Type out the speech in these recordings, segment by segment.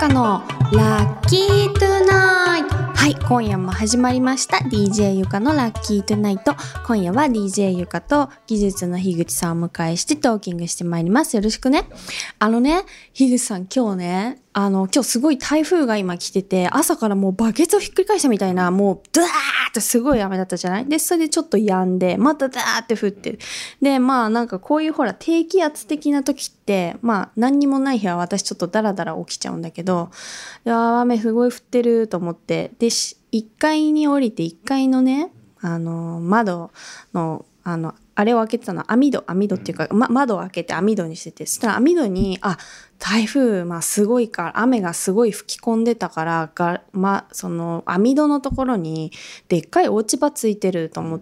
かのラッキートゥナイト。はい、今夜も始まりました DJ ゆかのラッキートゥナイト。今夜は DJ ゆかと技術の樋口さんをお迎えしてトーキングしてまいります。よろしくね。樋口さん、今日すごい台風が今来てて、朝からもうバケツをひっくり返したみたいな、もうドワーってすごい雨だったじゃない。でそれでちょっと止んでまたダーって降ってる。でなんかこういうほら低気圧的な時って何にもない日は私ちょっとダラダラ起きちゃうんだけど、雨すごい降ってると思って、で1階に降りて1階のね窓のあれを開けてたの、網戸っていうか、窓を開けて網戸にしてて、そしたら網戸に台風すごいから雨がすごい吹き込んでたからその網戸のところにでっかい落ち葉ついてると思って、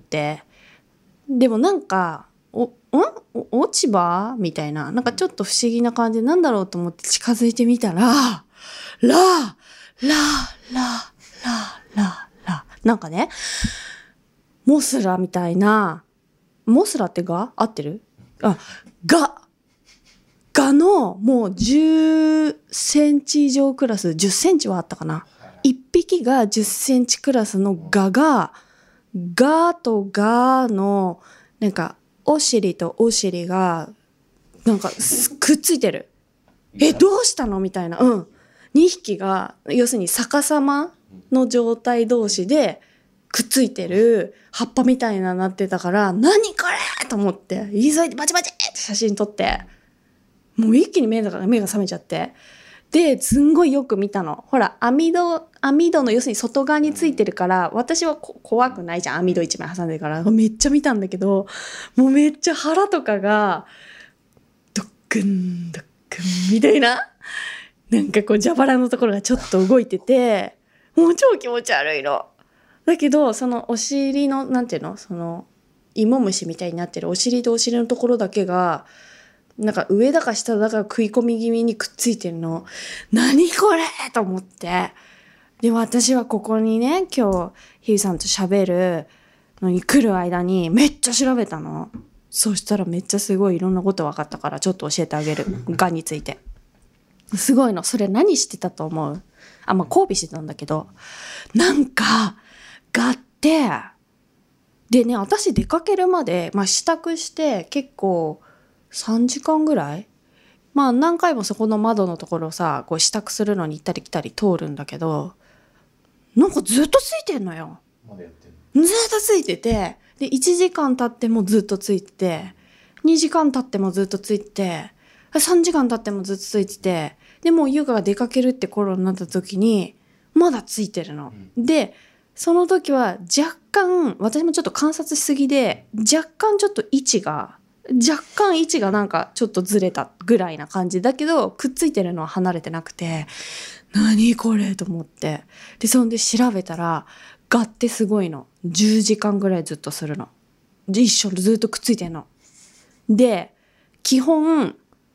でもなんか落ち葉みたいな、なんかちょっと不思議な感じでなんだろうと思って近づいてみたらなんかね、モスラみたいな、モスラってガ合ってる？ガのもう10センチ以上クラス、10センチはあったかな。1匹が10センチクラスのガとガのなんかお尻とお尻がなんかくっついてる。どうしたのみたいな。2匹が要するに逆さまの状態同士でくっついてる葉っぱみたいななってたから、何これと思って急いでバチバチって写真撮って、もう一気に目が覚めちゃって、ですんごいよく見たの。ほら網戸の要するに外側についてるから、私は怖くないじゃん、網戸一枚挟んでるから。めっちゃ見たんだけど、もうめっちゃ腹とかがドックンドックンみたいな、なんかこう蛇腹のところがちょっと動いてて、もう超気持ち悪いの。だけどそのお尻のなんていうの、その芋虫みたいになってるお尻とお尻のところだけがなんか上だか下だか食い込み気味にくっついてるの。何これと思って。で私はここにね、今日ひゅうさんと喋るのに来る間にめっちゃ調べたの。そしたらめっちゃすごいいろんなこと分かったから、ちょっと教えてあげる。がんについてすごいの。それ何してたと思う？交尾してたんだけど、なんかがってでね、私出かけるまで支度して結構3時間ぐらい、何回もそこの窓のところをさ、こう支度するのに行ったり来たり通るんだけど、なんかずっとついてんのよ。ずっとついてて、で1時間経ってもずっとついてて、2時間経ってもずっとついてて、3時間経ってもずっとついてて、でもう優香が出かけるって頃になった時にまだついてるの。でその時は若干、私もちょっと観察しすぎで、若干位置がなんかちょっとずれたぐらいな感じだけど、くっついてるのは離れてなくて、何これと思って、でそんで調べたら、ガってすごいの。10時間ぐらいずっとするの。で一緒にずっとくっついてんの。で基本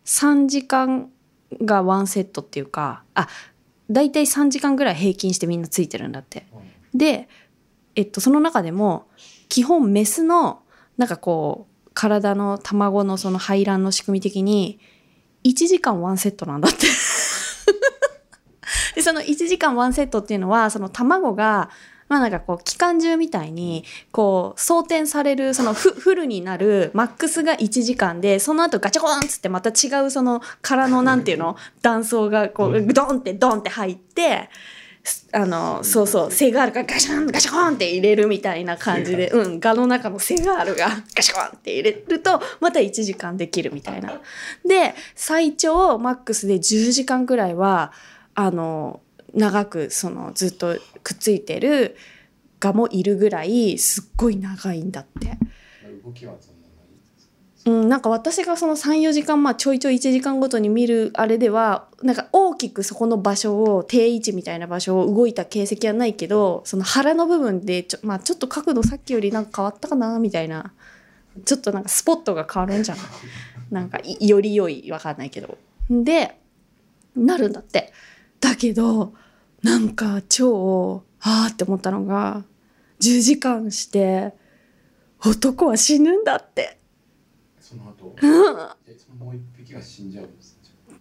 3時間がワンセットっていうか、だいたい3時間ぐらい平均してみんなついてるんだって。でその中でも基本メスのなんかこう体の卵のその排卵の仕組み的に1時間ワンセットなんだってでその1時間ワンセットっていうのは、その卵がなんかこう機関銃みたいにこう装填される、そのフルになるマックスが1時間で、その後ガチャコーンっつってまた違うその殻のなんていうの、断層がこうドンって入って、そう背があるからガシャンガシャコーンって入れるみたいな感じで、ガの中の背があるがガシャコーンって入れるとまた1時間できるみたいな。で最長マックスで10時間くらいは長くそのずっとくっついてるガもいるぐらいすっごい長いんだって。 動きはそんななんか私がその 3,4 時間ちょいちょい1時間ごとに見るあれでは、なんか大きくそこの場所を定位置みたいな場所を動いた形跡はないけど、その腹の部分でちょっと角度さっきよりなんか変わったかなみたいな、ちょっとなんかスポットが変わるんじゃない、なんかより良い、わかんないけどでなるんだって。だけどなんか超って思ったのが、10時間して男は死ぬんだって。 その後、 そのもう一匹が死んじゃうんです。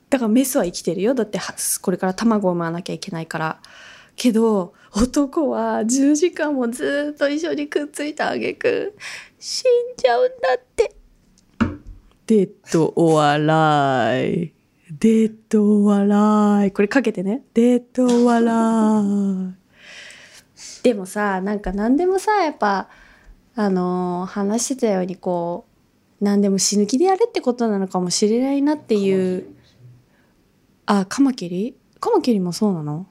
だからメスは生きてるよ。だってこれから卵を産まなきゃいけないから。けど男は10時間もずっと一緒にくっついた挙句死んじゃうんだって。デッドお笑い、デッドお笑い、これかけてね、デッドお笑い。でもさ、なんか何でもさ、やっぱ話してたようにこう何でも死ぬ気でやれってことなのかもしれないなっていう。カマキリもそうなの？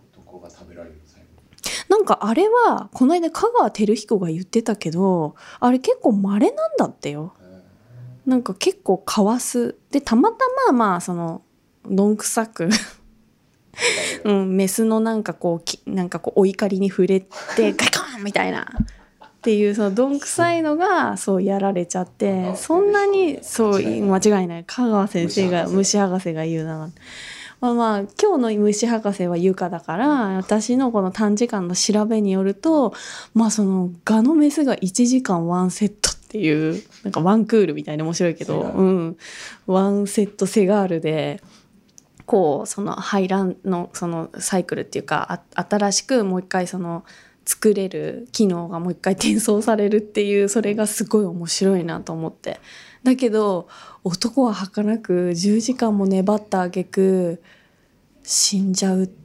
なんかあれはこの間香川照彦が言ってたけど、あれ結構稀なんだってよ。なんか結構かわすで、たまたまそのどんくさくメスのなんかこうお怒りに触れてガコーンみたいなっていう、そのどんくさいのがそうやられちゃって、そんなにそう間違いない。香川先生が虫博士が言うな。まあ今日の虫博士はユカだから、私のこの短時間の調べによると、そのガのメスが1時間ワンセットっていう、なんかワンクールみたいで面白いけど、ワンセットセガールでこうその排卵のそのサイクルっていうか、新しくもう一回その作れる機能がもう一回転送されるっていう、それがすごい面白いなと思って。だけど男は儚く10時間も粘った挙句死んじゃうって、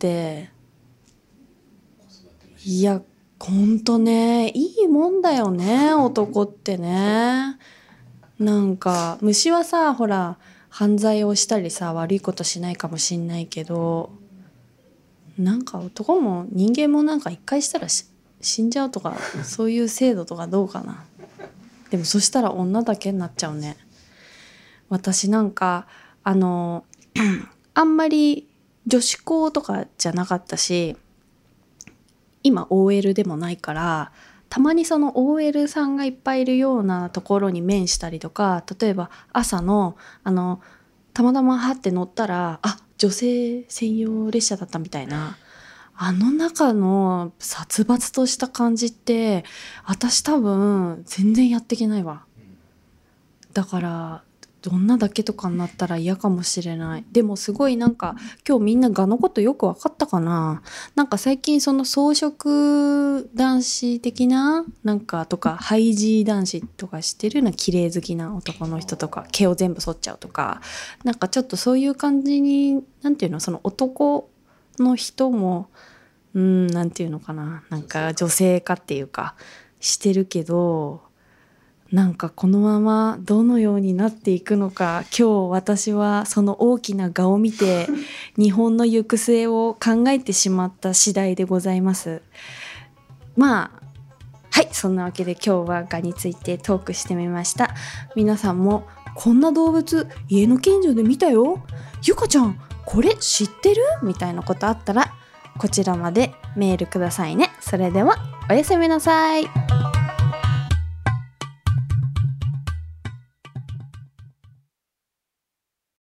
いやほんとね、いいもんだよね男ってね。なんか虫はさ、ほら犯罪をしたりさ、悪いことしないかもしんないけど、なんか男も人間もなんか一回したら死んじゃうとか、そういう制度とかどうかな。でもそしたら女だけになっちゃうね。私なんかあんまり女子校とかじゃなかったし、今 OL でもないから、たまにその OL さんがいっぱいいるようなところに面したりとか、例えば朝のたまたまはって乗ったら、女性専用列車だったみたいな、あの中の殺伐とした感じって私多分全然やっていけないわ。だから女だけとかになったら嫌かもしれない。でもすごいなんか今日みんなガのことよく分かったかな。なんか最近その草食男子的ななんかとか、ハイジー男子とかしてるような綺麗好きな男の人とか、毛を全部剃っちゃうとか、なんかちょっとそういう感じに、なんていうの、その男の人もなんていうのかな、なんか女性化っていうかしてるけど、なんかこのままどのようになっていくのか、今日私はその大きな蛾を見て日本の行く末を考えてしまった次第でございます。はい、そんなわけで今日は蛾についてトークしてみました。皆さんもこんな動物家の近所で見たよ、ゆかちゃんこれ知ってる？みたいなことあったらこちらまでメールくださいね。それではおやすみなさい。